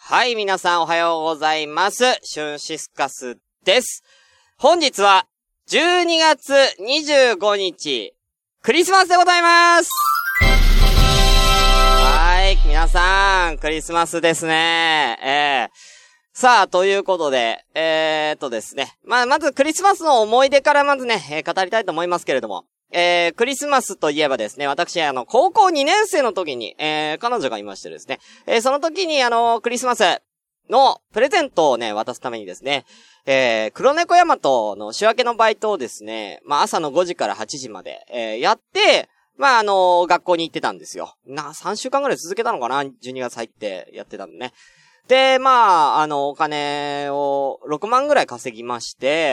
はい、皆さんおはようございます。シュンシスカスです。本日は12月25日、クリスマスでございます。はい、皆さん、クリスマスですね。さあ、ということで、ですね。まずクリスマスの思い出からまずね、語りたいと思いますけれども。クリスマスといえばですね、私、高校2年生の時に、彼女がいましてですね、その時にクリスマスのプレゼントをね、渡すためにですね、黒猫ヤマトの仕分けのバイトをですね、朝の5時から8時まで、やって、学校に行ってたんですよ。3週間ぐらい続けたのかな ?12 月入ってやってたんでね。で、お金を6万ぐらい稼ぎまして、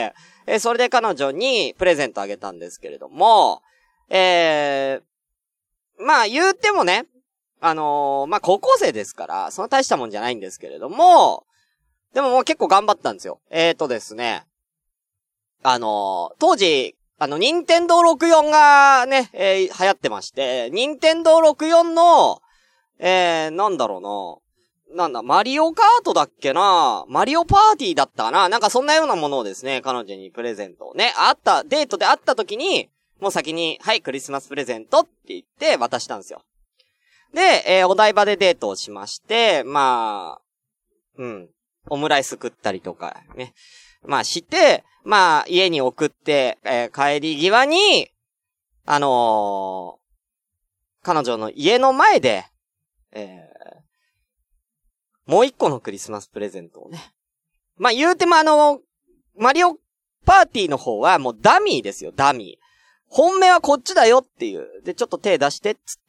それで彼女にプレゼントあげたんですけれども、言うてもね、高校生ですから、そんな大したもんじゃないんですけれども、でももう結構頑張ったんですよ。ですね、当時、任天堂64がね、流行ってまして、任天堂64の、マリオカートだっけな、マリオパーティーだったかな、なんかそんなようなものをですね、彼女にプレゼントをね、デートで会った時に、もう先に、はい、クリスマスプレゼントって言って渡したんですよ。で、お台場でデートをしまして、オムライス食ったりとかね、して、家に送って、帰り際に、彼女の家の前で、もう一個のクリスマスプレゼントをね。言うてもマリオパーティーの方はもうダミーですよ、ダミー。本命はこっちだよっていう。で、ちょっと手出してっつって、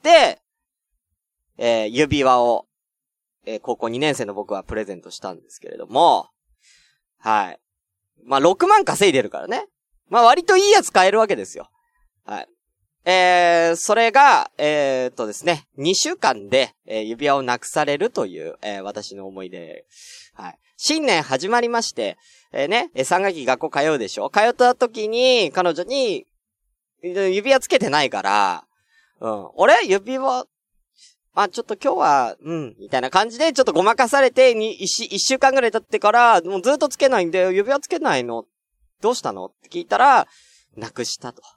指輪を、高校2年生の僕はプレゼントしたんですけれども、はい。6万稼いでるからね。割といいやつ買えるわけですよ。はい。それが、ですね、2週間で、指輪をなくされるという、私の思い出。はい。新年始まりまして、3学期学校通うでしょ？通った時に、彼女に、指輪つけてないから、俺指輪、ちょっと今日は、みたいな感じで、ちょっとごまかされて、1週間ぐらい経ってから、もうずっとつけないんで、指輪つけないの？どうしたの？って聞いたら、なくしたと。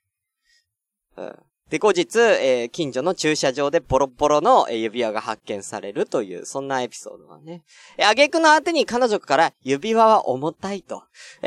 で、後日、近所の駐車場でボロボロの指輪が発見されるという、そんなエピソードはね。挙句の果てに彼女から指輪は重たいと。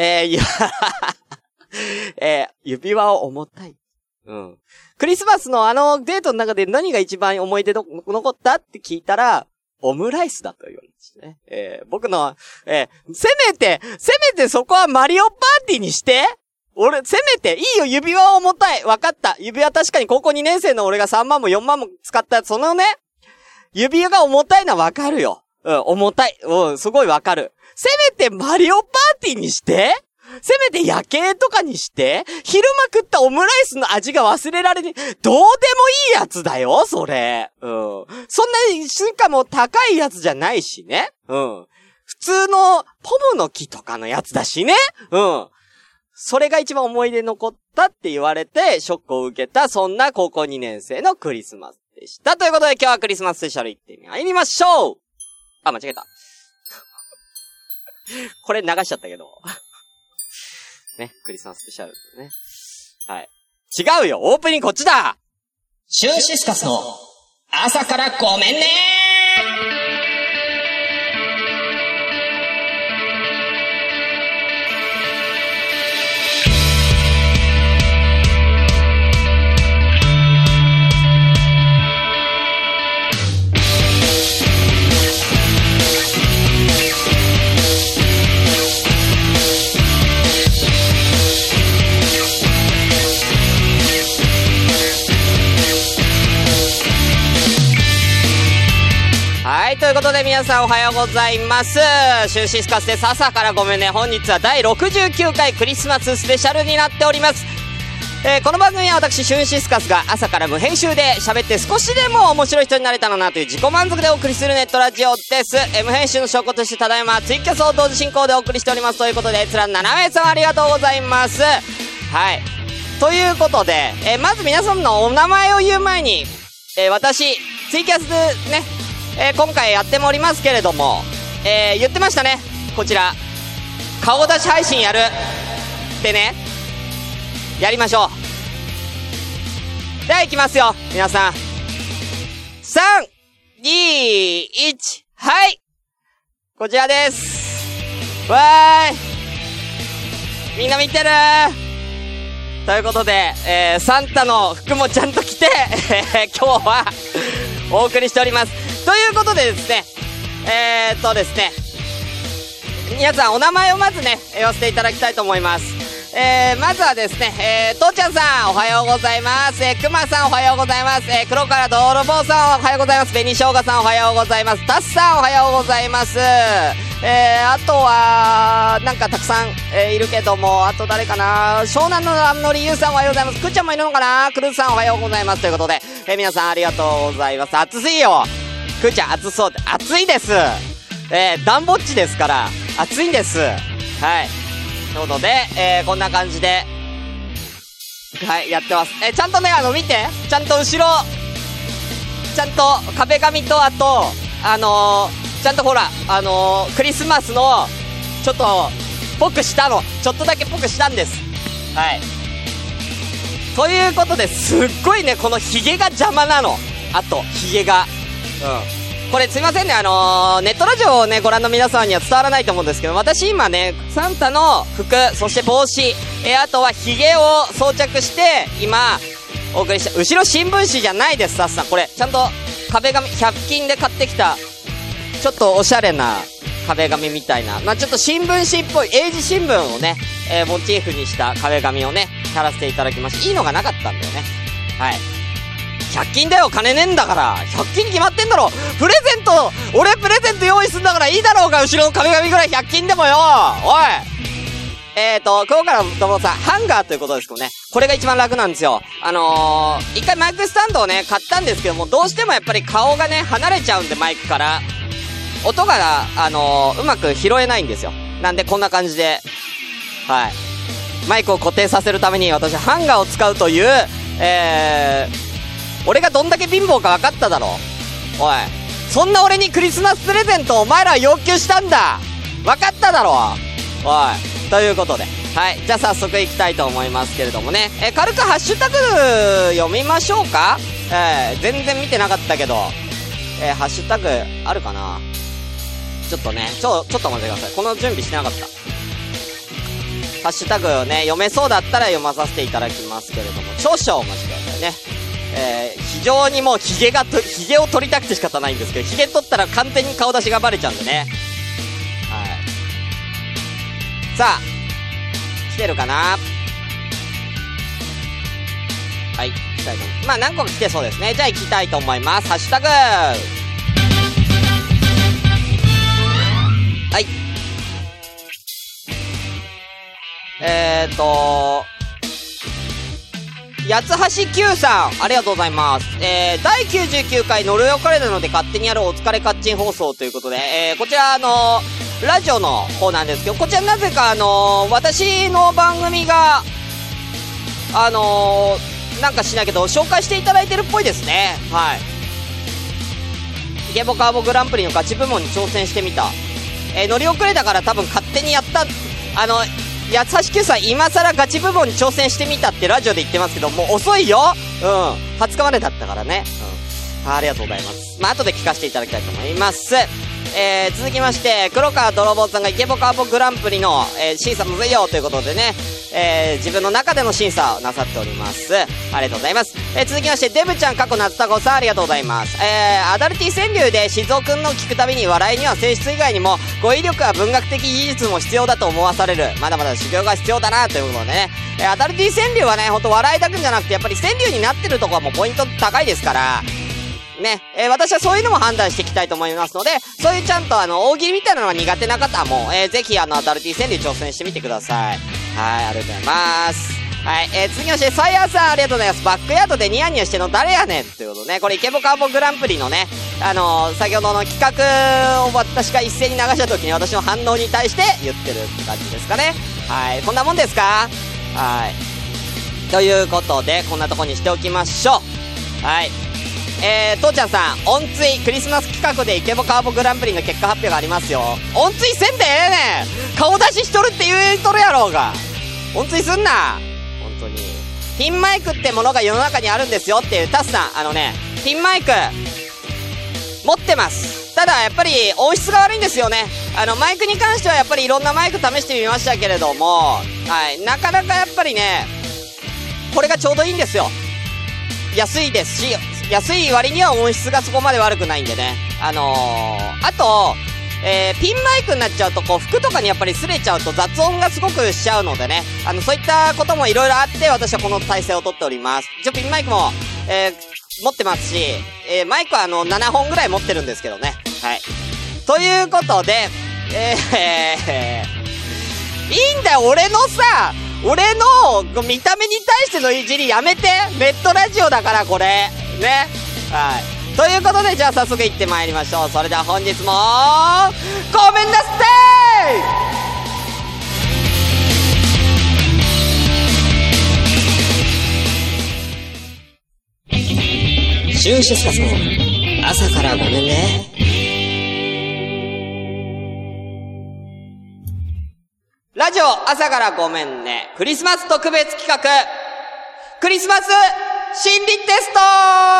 指輪は重たい。クリスマスのデートの中で何が一番思い出残ったって聞いたら、オムライスだと言われましたね。僕の、せめてそこはマリオパーティーにして俺、せめて、いいよ、指輪は重たい。わかった。指輪確かに高校2年生の俺が3万も4万も使った、そのね、指輪が重たいのはわかるよ。重たい。すごいわかる。せめてマリオパーティーにしてせめて夜景とかにして昼間食ったオムライスの味が忘れられねえ。どうでもいいやつだよ、それ。そんなに、しかも高いやつじゃないしね。普通のポムの木とかのやつだしね。それが一番思い出残ったって言われて、ショックを受けた、そんな高校2年生のクリスマスでした。ということで今日はクリスマススペシャル行ってまいりましょう。間違えた。これ流しちゃったけど。ね、クリスマススペシャルね。はい。違うよ、オープニングこっちだ。 シュンシスカスの朝からごめんね。 ということで皆さんおはようございます。シュンシスカスです。朝からごめんね。本日は第69回クリスマススペシャルになっております。この番組は私シュンシスカスが朝から無編集で喋って少しでも面白い人になれたらなという自己満足でお送りするネットラジオです。無編集の証拠としてただいまツイキャスを同時進行でお送りしておりますということで、閲覧7名様ありがとうございます。はい。ということで、まず皆さんのお名前を言う前に、私、ツイキャスね、今回やってもおりますけれども、 言ってましたね。こちら顔出し配信やるってね、やりましょう。では行きますよ皆さん。3、2、1、はい、こちらです。わーい、みんな見てるということで、サンタの服もちゃんと着て、今日はお送りしております。ということでですね、ですね、皆さんお名前をまずね言わせていただきたいと思います。まずはですね、とうちゃんさんおはようございます。くまさんおはようございます。黒から道路坊さんおはようございます。紅しょうがさんおはようございます。タスさんおはようございます。あとはなんかたくさん、いるけども、あと誰かな、湘南のラムのりゆうさんおはようございます。くっちゃんもいるのかな、クルーさんおはようございますということで、皆さんありがとうございます。暑いよ、くっちゃん暑そうで、暑いです。暖房っちですから暑いんです。はい、ということで、こんな感じではいやってます。ちゃんとね見て、ちゃんと後ろちゃんと壁紙と、あとちゃんとほらクリスマスのちょっとぽくしたの、ちょっとだけぽくしたんです。はい、ということで、すっごいねこのヒゲが邪魔なの。あとヒゲがこれすいませんね、ネットラジオをねご覧の皆さんには伝わらないと思うんですけど、私今ねサンタの服、そして帽子、あとはヒゲを装着して今お送りした。後ろ新聞紙じゃないです。さっさんこれちゃんと壁紙100均で買ってきた、ちょっとおしゃれな壁紙みたいな、ちょっと新聞紙っぽい英字新聞をね、モチーフにした壁紙をね貼らせていただきました。いいのがなかったんだよね。はい、100均だよ、金ねえんだから。100均に決まってんだろ。プレゼント、俺プレゼント用意すんだからいいだろうが、後ろの壁紙ぐらい100均でもよ。おい、今日からどうもさ、ハンガーということですけどね、これが一番楽なんですよ。一回マイクスタンドをね買ったんですけども、どうしてもやっぱり顔がね離れちゃうんで、マイクから音がうまく拾えないんですよ。なんでこんな感じで、はい、マイクを固定させるために私ハンガーを使うという、俺がどんだけ貧乏か分かっただろ。おい、そんな俺にクリスマスプレゼントお前らは要求したんだ、分かっただろ。おい、ということで、はい、じゃあ早速いきたいと思いますけれどもね、軽くハッシュタグ読みましょうか。全然見てなかったけど、ハッシュタグあるかな。ちょっとね、ちょっと待ってください。この準備してなかった。ハッシュタグをね読めそうだったら読まさせていただきますけれども、少々お待ちくださいね。非常にもうヒゲを取りたくて仕方ないんですけど、ヒゲ取ったら完全に顔出しがバレちゃうんでね。はい、さあ来てるかな。はい、来たいと思います。何個か来てそうですね。じゃあ行きたいと思います。ハッシュタグ、はい、八橋 Q さんありがとうございます。第99回ノルウェーカレーなので勝手にやるお疲れカッチン放送ということで、こちらラジオの方なんですけど、こちらなぜか私の番組がなんかしないけど紹介していただいてるっぽいですね。はい、イケボカーボグランプリのガチ部門に挑戦してみた。乗り遅れだから多分勝手にやった。八橋 Q さん今更ガチ部門に挑戦してみたってラジオで言ってますけど、もう遅いよ。20日までだったからね。ありがとうございます。後で聞かせていただきたいと思います。続きまして黒川泥棒さんがイケボカーボグランプリの、審査むずいよということでね、自分の中での審査をなさっております。ありがとうございます。続きましてデブちゃん過去夏田子さんありがとうございます。アダルティ川柳で静雄くんの聞くたびに笑いには性質以外にも語彙力や文学的技術も必要だと思わされる。まだまだ修行が必要だなということでね、アダルティ川柳はねほんと笑いだけじゃなくて、やっぱり川柳になってるとこはもうポイント高いですからね、私はそういうのも判断していきたいと思いますので、そういうちゃんと大喜利みたいなのが苦手な方はもう、ぜひアダルティ川柳挑戦してみてください。はい、ありがとうございます。はい、続きましてサイヤーさんありがとうございます。バックヤードでニヤニヤしての誰やねんということでね、これイケボカーボグランプリのね先ほどの企画を私が一斉に流した時に私の反応に対して言ってるって感じですかね。はい、こんなもんですか。はい、ということでこんなとこにしておきましょう。はい、 父ちゃんさん、温水クリスマス企画でイケボカーボグランプリの結果発表がありますよ。温水せんでええねん。顔出ししとるって言うとるやろうが。温水すんな。本当に。ピンマイクってものが世の中にあるんですよっていうタスさん、ピンマイク、持ってます。ただやっぱり音質が悪いんですよね。マイクに関してはやっぱりいろんなマイク試してみましたけれども、はい、なかなかやっぱりね、これがちょうどいいんですよ。安いですし、安い割には音質がそこまで悪くないんでね。あと、ピンマイクになっちゃうと、こう、服とかにやっぱり擦れちゃうと雑音がすごくしちゃうのでね。そういったこともいろいろあって、私はこの体勢をとっております。一応ピンマイクも、持ってますし、マイクは7本ぐらい持ってるんですけどね。はい。ということで、いいんだよ、俺の見た目に対してのいじりやめて。ネットラジオだからこれ。ね。はい。ということで、じゃあ早速行ってまいりましょう。それでは本日も、ごめんなさい。シュンシスカスの朝からごめんね。ラジオ朝からごめんね。クリスマス特別企画、クリスマス心理テスト。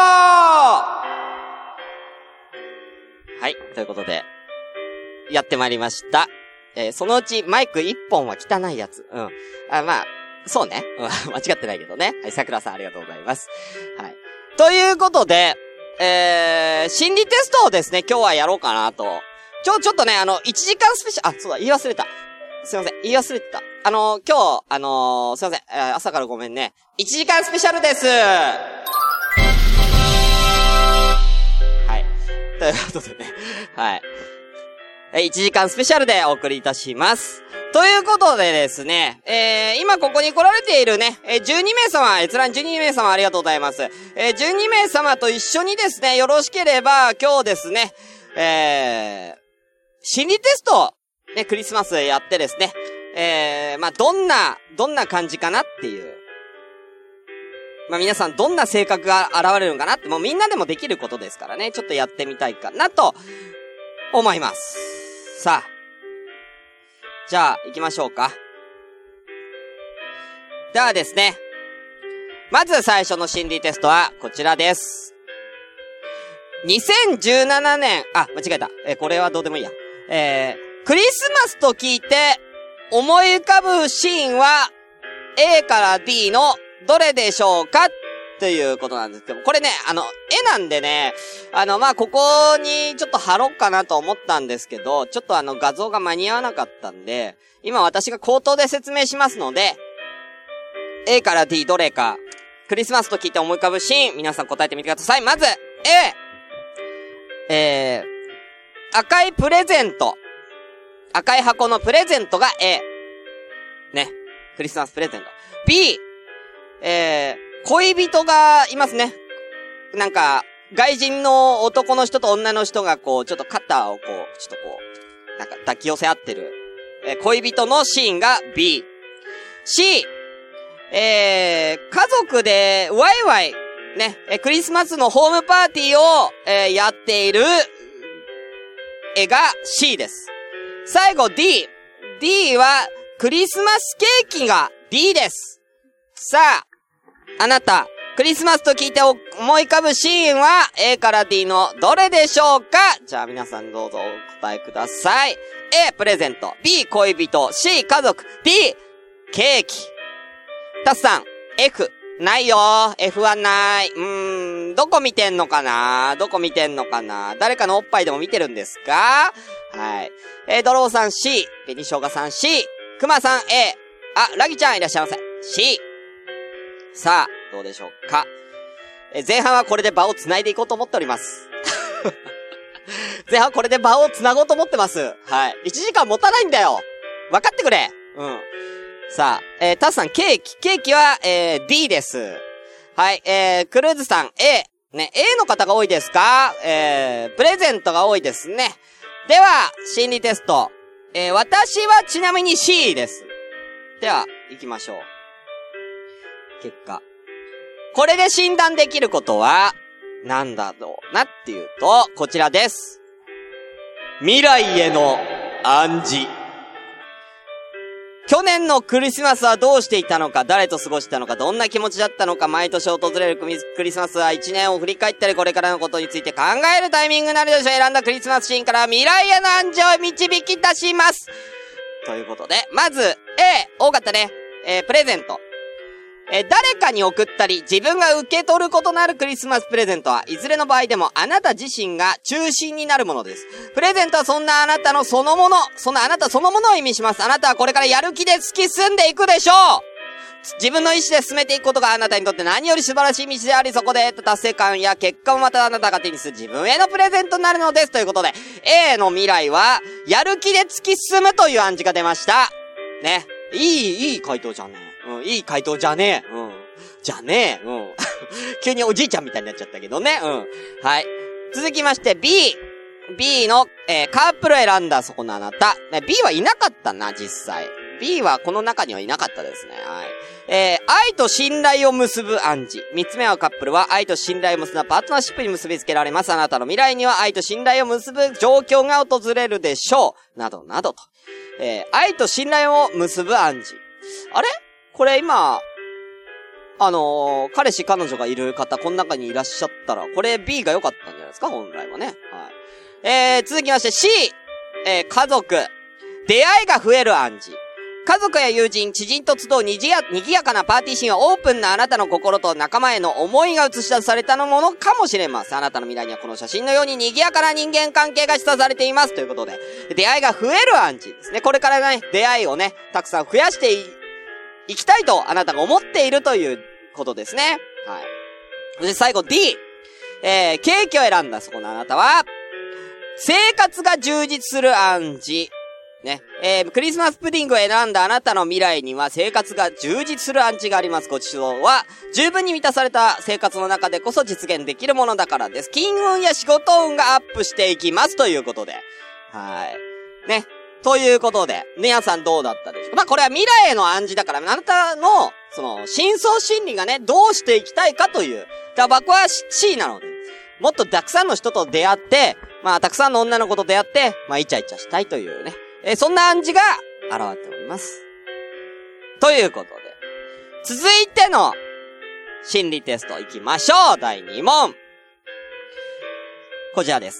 はい、ということで、やってまいりました。そのうちマイク1本は汚いやつ。うん。まあ、そうね。間違ってないけどね。はい、桜さんありがとうございます。はい。ということで、心理テストをですね、今日はやろうかなと。ちょっとね、1時間スペシャル、そうだ、言い忘れた。すいません、言い忘れてた。今日、すいません、朝からごめんね。1時間スペシャルです。はい。ということでね。はい。1時間スペシャルでお送りいたします。ということでですね、今ここに来られているね、12名様、閲覧12名様ありがとうございます。12名様と一緒にですね、よろしければ、今日ですね、心理テスト、ね、クリスマスやってですね、まあ、どんな感じかなっていう。まあ、皆さんどんな性格が現れるのかなって、もうみんなでもできることですからね、ちょっとやってみたいかなと思います。さあ。じゃあ、行きましょうか。ではですね、まず最初の心理テストはこちらです。2017年、間違えた。これはどうでもいいや。クリスマスと聞いて思い浮かぶシーンは A から D のどれでしょうかということなんですけど、これね、絵なんでね、まあ、ここにちょっと貼ろうかなと思ったんですけど、ちょっと画像が間に合わなかったんで、今私が口頭で説明しますので、A から D どれか、クリスマスと聞いて思い浮かぶシーン、皆さん答えてみてください。まず、A。赤いプレゼント。赤い箱のプレゼントが A。ね。クリスマスプレゼント。B。恋人がいますね。なんか、外人の男の人と女の人がこう、ちょっと肩をこう、ちょっとこう、なんか抱き寄せ合ってる。恋人のシーンが B。C。家族でワイワイ、ね、クリスマスのホームパーティーを、やっている絵が C です。最後 D。D はクリスマスケーキが D です。さあ、あなた、クリスマスと聞いて思い浮かぶシーンは A から D のどれでしょうか？じゃあ皆さんどうぞお答えください。A、プレゼント。B、恋人。C、家族。D、ケーキ。タスさん、F。ないよ。F はない。どこ見てんのかな？誰かのおっぱいでも見てるんですか？はい。ドローさん C。紅生姜さん C。クマさん A。ラギちゃんいらっしゃいませ。C。さあ、どうでしょうか。前半はこれで場を繋いでいこうと思っております。前半これで場を繋ごうと思ってます。はい。1時間持たないんだよ。分かってくれ。さあ、タスさん、ケーキは、D です。はい、クルーズさん、A。ね、A の方が多いですか？プレゼントが多いですね。では、心理テスト。私はちなみに C です。では、行きましょう。結果。これで診断できることは、 なんだろうなっていうと、こちらです。未来への暗示。去年のクリスマスはどうしていたのか、誰と過ごしたのか、どんな気持ちだったのか、毎年訪れるクリスマスは1年を振り返ったり、これからのことについて考えるタイミングになるでしょう。選んだクリスマスシーンから未来への暗示を導き出します。ということで、まず、多かったね。プレゼント。誰かに送ったり、自分が受け取ることのあるクリスマスプレゼントは、いずれの場合でもあなた自身が中心になるものです。プレゼントはそんなあなたそのものを意味します。あなたはこれからやる気で突き進んでいくでしょう。自分の意思で進めていくことがあなたにとって何より素晴らしい道であり、そこで得た達成感や結果もまたあなたが手にする自分へのプレゼントになるのです。ということで、A の未来は、やる気で突き進むという暗示が出ました。ね。いい回答じゃねえ。いい回答じゃねえ。じゃねえ。急におじいちゃんみたいになっちゃったけどね。はい。続きまして B の、カップル選んだそこのあなた。ね、B はいなかったな、実際。B はこの中にはいなかったですね。はい。愛と信頼を結ぶ暗示。3つ目はカップルは愛と信頼を結んだパートナーシップに結びつけられます。あなたの未来には愛と信頼を結ぶ状況が訪れるでしょう。などなどと。愛と信頼を結ぶ暗示。あれ？これ今、彼氏彼女がいる方、この中にいらっしゃったら、これ B が良かったんじゃないですか、本来はね。はい。続きまして C、家族。出会いが増える暗示。家族や友人、知人と集うにぎやかなパーティーシーンはオープンなあなたの心と仲間への思いが映し出されたものかもしれません。あなたの未来にはこの写真のように賑やかな人間関係が示唆されています。ということで、出会いが増える暗示ですね。これからね、出会いをね、たくさん増やして行きたいとあなたが思っているということですね。はい。そして最後 D。ケーキを選んだそこのあなたは、生活が充実する暗示。ね。クリスマスプディングを選んだあなたの未来には生活が充実する暗示があります。ごちそうは十分に満たされた生活の中でこそ実現できるものだからです。金運や仕事運がアップしていきますということで。はい。ね。ということで、皆さんどうだったでしょうか。まあ、これは未来への暗示だから、あなたの、深層心理がね、どうしていきたいかという。だから僕は C なので、もっとたくさんの人と出会って、まあ、たくさんの女の子と出会って、まあ、イチャイチャしたいというね。そんな暗示が現れております。ということで、続いての心理テスト行きましょう。第2問。こちらです。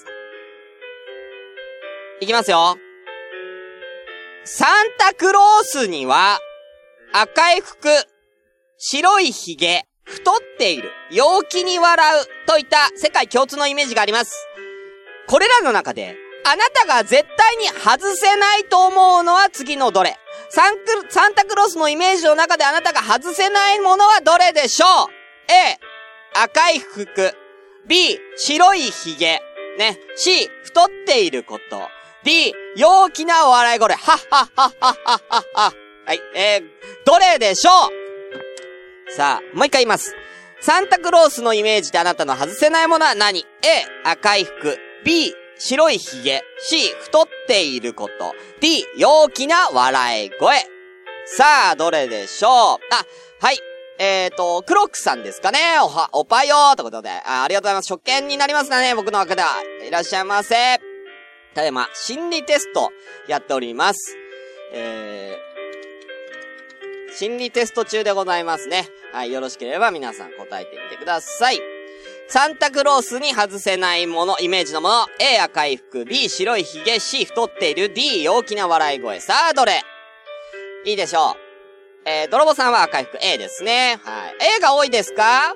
いきますよ。サンタクロースには赤い服、白いひげ、太っている、陽気に笑うといった世界共通のイメージがあります。これらの中であなたが絶対に外せないと思うのは次のどれ？サンタクロースのイメージの中であなたが外せないものはどれでしょう？ A、赤い服。B、白いひげ。ね。C、太っていること。D、陽気な笑い声。はっはっはっはっはっはっは。はい。どれでしょう？さあ、もう一回言います。サンタクロースのイメージであなたの外せないものは何？ A、赤い服。B、白いひげ。C、太っていること。D、陽気な笑い声。さあ、どれでしょう？はい。クロックさんですかね。おぱよーということで。ありがとうございます。初見になりますかね。僕の枠では。いらっしゃいませ。ただいま、心理テストやっております。心理テスト中でございますね。はい。よろしければ皆さん答えてみてください。サンタクロースに外せないもの、イメージのもの。A、赤い服。B、白いひげ。C、太っている。D、陽気な笑い声。さあ、どれ？いいでしょう。泥棒さんは赤い服 A ですね。はい。A が多いですか？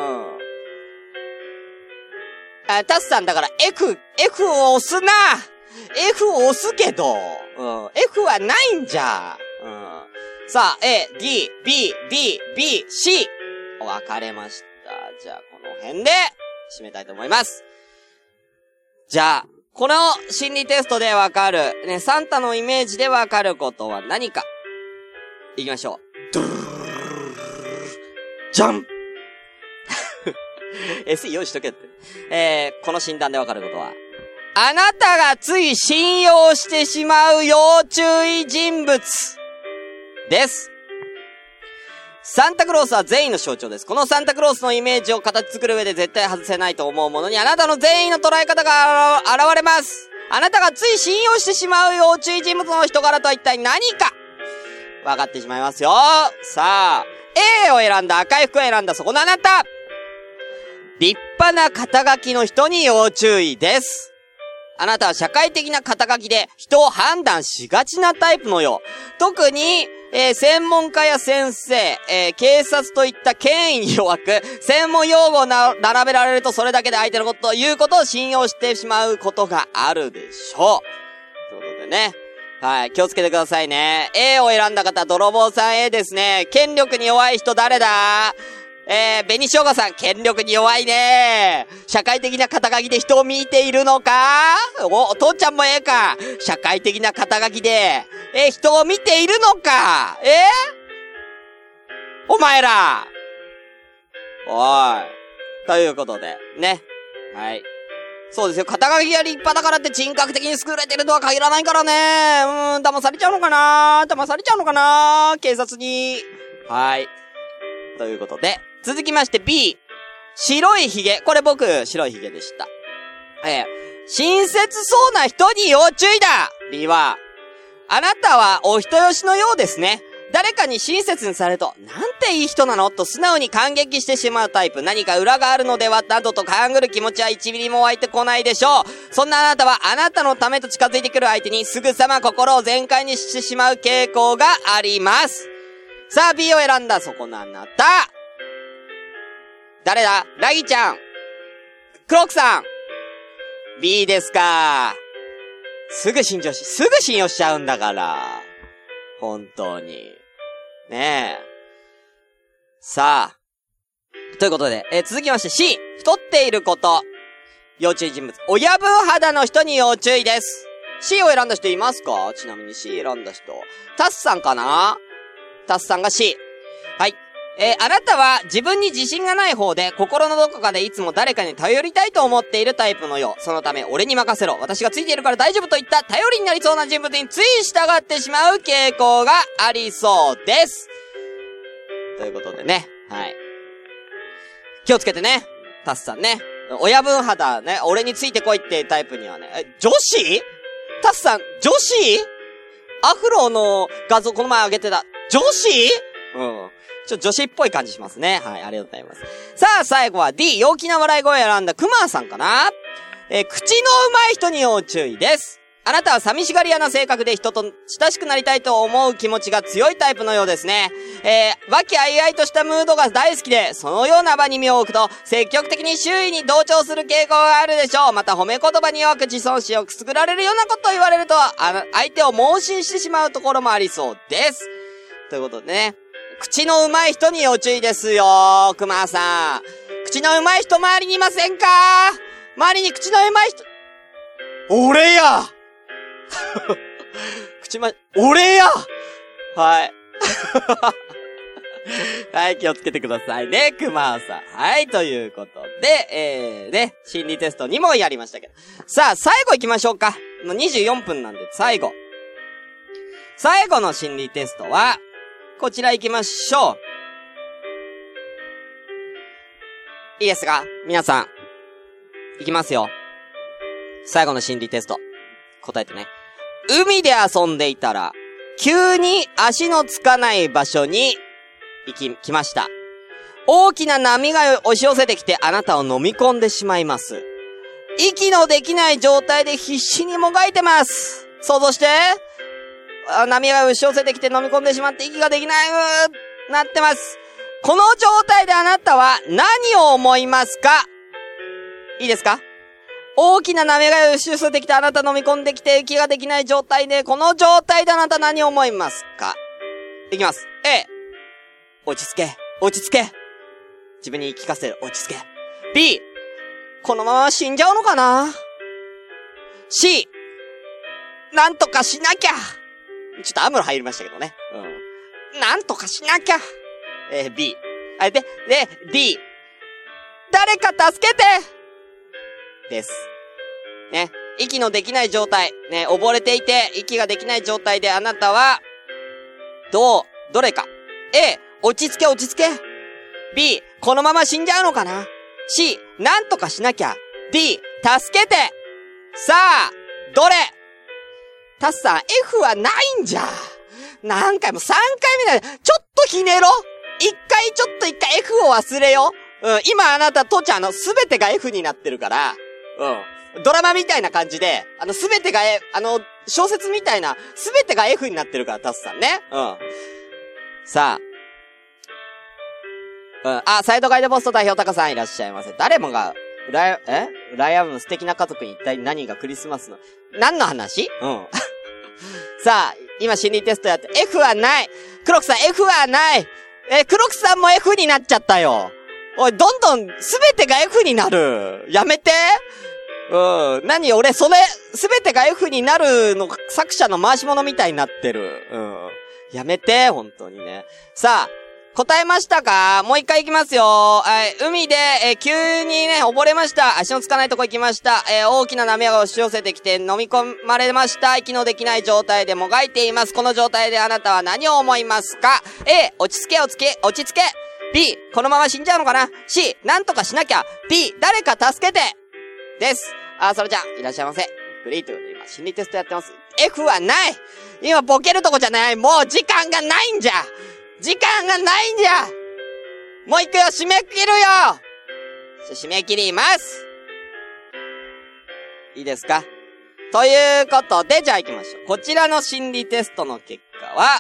タスさんだから F を押すな！ F を押すけど、F はないんじゃ。さあ、A、D、B、D、B、C。分かれました。じゃあ、この辺で締めたいと思います。じゃあ、この心理テストでわかる、ね、サンタのイメージでわかることは何か。いきましょう。じゃんSE 用意しとけって。この診断でわかることは、あなたがつい信用してしまう要注意人物です。 サンタクロースは善意の象徴です。このサンタクロースのイメージを形作る上で絶対外せないと思うものにあなたの善意の捉え方が現れます。あなたがつい信用してしまう要注意人物の人柄とは一体何か分かってしまいますよ。さあ、A を選んだ、赤い服を選んだそこのあなた、立派な肩書きの人に要注意です。あなたは社会的な肩書きで人を判断しがちなタイプのよう。特に、専門家や先生、警察といった権威に弱く、専門用語を並べられるとそれだけで相手のことを言うことを信用してしまうことがあるでしょう。ということでね。はい、気をつけてくださいね。A を選んだ方、泥棒さん A ですね。権力に弱い人誰だ？紅生姜さん、権力に弱いね。社会的な肩書きで人を見ているのか？お父ちゃんもええか。社会的な肩書きで、人を見ているのか？お前ら。おい。ということで、ね。はい。そうですよ。肩書きが立派だからって人格的に優れてるとは限らないからね。騙されちゃうのかな？警察に。はい。ということで、続きまして B。白い髭。これ僕、白い髭でした。親切そうな人に要注意だ！ B は、あなたはお人よしのようですね。誰かに親切にされると、なんていい人なのと素直に感激してしまうタイプ。何か裏があるのではなどと勘ぐる気持ちは1ミリも湧いてこないでしょう。そんなあなたはあなたのためと近づいてくる相手にすぐさま心を全開にしてしまう傾向があります。さあ B を選んだそこのあなた。誰だ？ラギちゃん。クロックさん。B ですか。すぐ信用しちゃうんだから。本当に。ねえ。さあ。ということで、続きまして C。太っていること。要注意人物。親分肌の人に要注意です。C を選んだ人いますか？ちなみに C 選んだ人。タスさんかな？タスさんが C。はい。あなたは自分に自信がない方で、心のどこかでいつも誰かに頼りたいと思っているタイプのよう。そのため、俺に任せろ。私がついているから大丈夫といった頼りになりそうな人物につい従ってしまう傾向がありそうです。ということでね。はい。気をつけてね。タスさんね。親分肌ね。俺についてこいってタイプにはね。女子？タスさん、女子？アフロの画像この前上げてた。女子？うん。女子っぽい感じしますね。はい、ありがとうございます。さあ、最後は D、陽気な笑い声を選んだクマさんかな？口の上手い人に要注意です。あなたは寂しがり屋な性格で人と親しくなりたいと思う気持ちが強いタイプのようですね。和気あいあいとしたムードが大好きで、そのような場に身を置くと、積極的に周囲に同調する傾向があるでしょう。また褒め言葉に弱く自尊心をくすぐられるようなことを言われると、相手を盲信してしまうところもありそうです。ということでね。口の上手い人に要注意ですよ、熊さん。口の上手い人周りにいませんか？周りに口の上手い人。俺や俺やはい。はい、気をつけてくださいね、熊さん。はい、ということで、ね、心理テスト2問やりましたけど。さあ、最後行きましょうか。もう24分なんで、最後の心理テストは、こちら行きましょう。いいですか？皆さん。行きますよ。最後の心理テスト。答えてね。海で遊んでいたら、急に足のつかない場所に来ました。大きな波が押し寄せてきてあなたを飲み込んでしまいます。息のできない状態で必死にもがいてます。想像して。波が押し寄せてきて飲み込んでしまって息ができない、なってます。この状態であなたは何を思いますか？いいですか？大きな波が押し寄せてきてあなた飲み込んできて息ができない状態で、この状態であなた何を思いますか？いきます。A、落ち着け。自分に言い聞かせる。落ち着け。B、このまま死んじゃうのかな？ C、なんとかしなきゃ。ちょっとアムロ入りましたけどね。なんとかしなきゃ。B。で、D。誰か助けてです。ね。息のできない状態。ね。溺れていて、息ができない状態であなたは、どれか。A、 落ち着け落ち着け。B、このまま死んじゃうのかな。C、なんとかしなきゃ。D、助けて。さあ、どれ？タスさん、F はないんじゃ。何回も3回目だよ。ちょっとひねろ。一回 F を忘れよ。今あなた、父ちゃんすべてが F になってるから、ドラマみたいな感じで、すべてが小説みたいな、すべてが F になってるから、タスさんね。さあ、サイドガイドポスト代表タカさんいらっしゃいませ。誰もが、羨む素敵な家族に一体何がクリスマスの、何の話？さあ、今心理テストやって、F はない。黒木さん F はない。黒木さんも F になっちゃったよ。おい、どんどんすべてが F になる。やめて。何俺、それ、すべてが F になるの作者の回し物みたいになってる。やめて、本当にね。さあ、答えましたか？もう一回行きますよ。海で、急にね、溺れました。足のつかないとこ行きました。大きな波が押し寄せてきて飲み込まれました。息のできない状態でもがいています。この状態であなたは何を思いますか？ A、落ち着け。B、このまま死んじゃうのかな？ C、なんとかしなきゃ。D、誰か助けて。です。それじゃ、いらっしゃいませ。フリーということで今、心理テストやってます。F はない。今、ボケるとこじゃない。もう時間がないんじゃ。もう行くよ、締め切るよ。締め切ります。いいですか？ということで、じゃあ行きましょう。こちらの心理テストの結果は、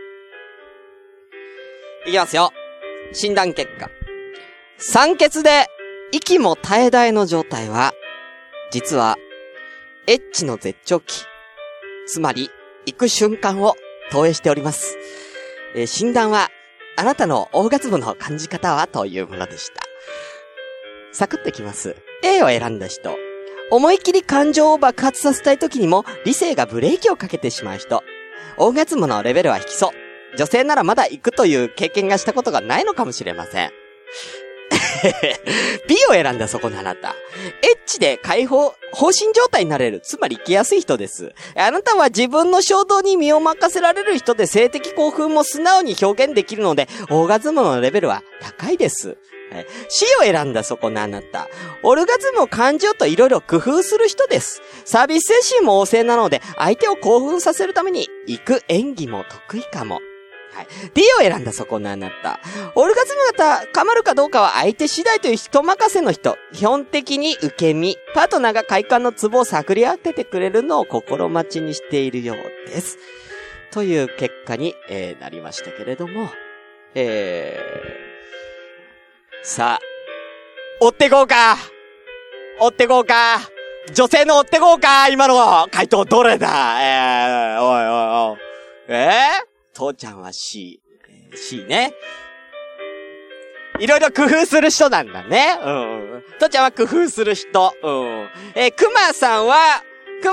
いきますよ。診断結果。酸欠で息も絶え絶えの状態は、実は、エッチの絶頂期。つまり、行く瞬間を投影しております。診断は、あなたのオーガズムの感じ方はというものでした。サクッといきます。A を選んだ人。思い切り感情を爆発させたい時にも理性がブレーキをかけてしまう人。オーガズムのレベルは低そう。女性ならまだ行くという経験がしたことがないのかもしれません。B を選んだそこのあなた。エッチで放心状態になれる。つまり行きやすい人です。あなたは自分の衝動に身を任せられる人で性的興奮も素直に表現できるので、オーガズムのレベルは高いです。C を選んだそこのあなた。オルガズムを感じようといろいろ工夫する人です。サービス精神も旺盛なので、相手を興奮させるために行く演技も得意かも。D を選んだそこのあなた。オルガズムが高まるかどうかは相手次第という人任せの人。基本的に受け身。パートナーが快感のツボを探り当ててくれるのを心待ちにしているようです。という結果に、なりましたけれども。さあ、追ってこうか。女性の追ってこうか。今の回答どれだ。おい。父ちゃんは C ね。いろいろ工夫する人なんだね。父ちゃんは工夫する人。クマさんは、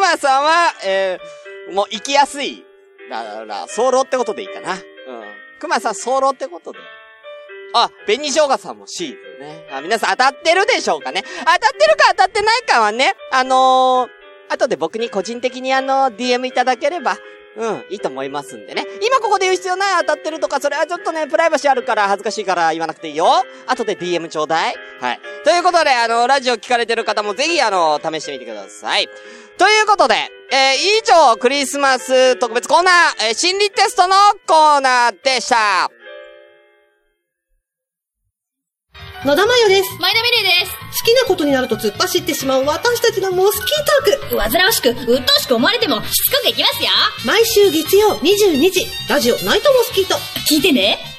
もう生きやすい。だから、早漏ってことでいいかな。クマさん早漏ってことで。紅生姜さんも C だよね。皆さん当たってるでしょうかね。当たってるか当たってないかはね、後で僕に個人的にDM いただければ、いいと思いますんでね。今ここで言う必要ない。当たってるとか、それはちょっとね、プライバシーあるから恥ずかしいから言わなくていいよ。後で DM ちょうだい。はい。ということで、ラジオ聞かれてる方もぜひ、試してみてください。ということで、以上、クリスマス特別コーナー、心理テストのコーナーでした。 野田真代です。 前田美玲です。 好きなことになると突っ走ってしまう私たちのモスキートーク。 煩わしく、鬱陶しく思われてもしつこくいきますよ。 毎週月曜22時、ラジオナイトモスキート。 聞いてね。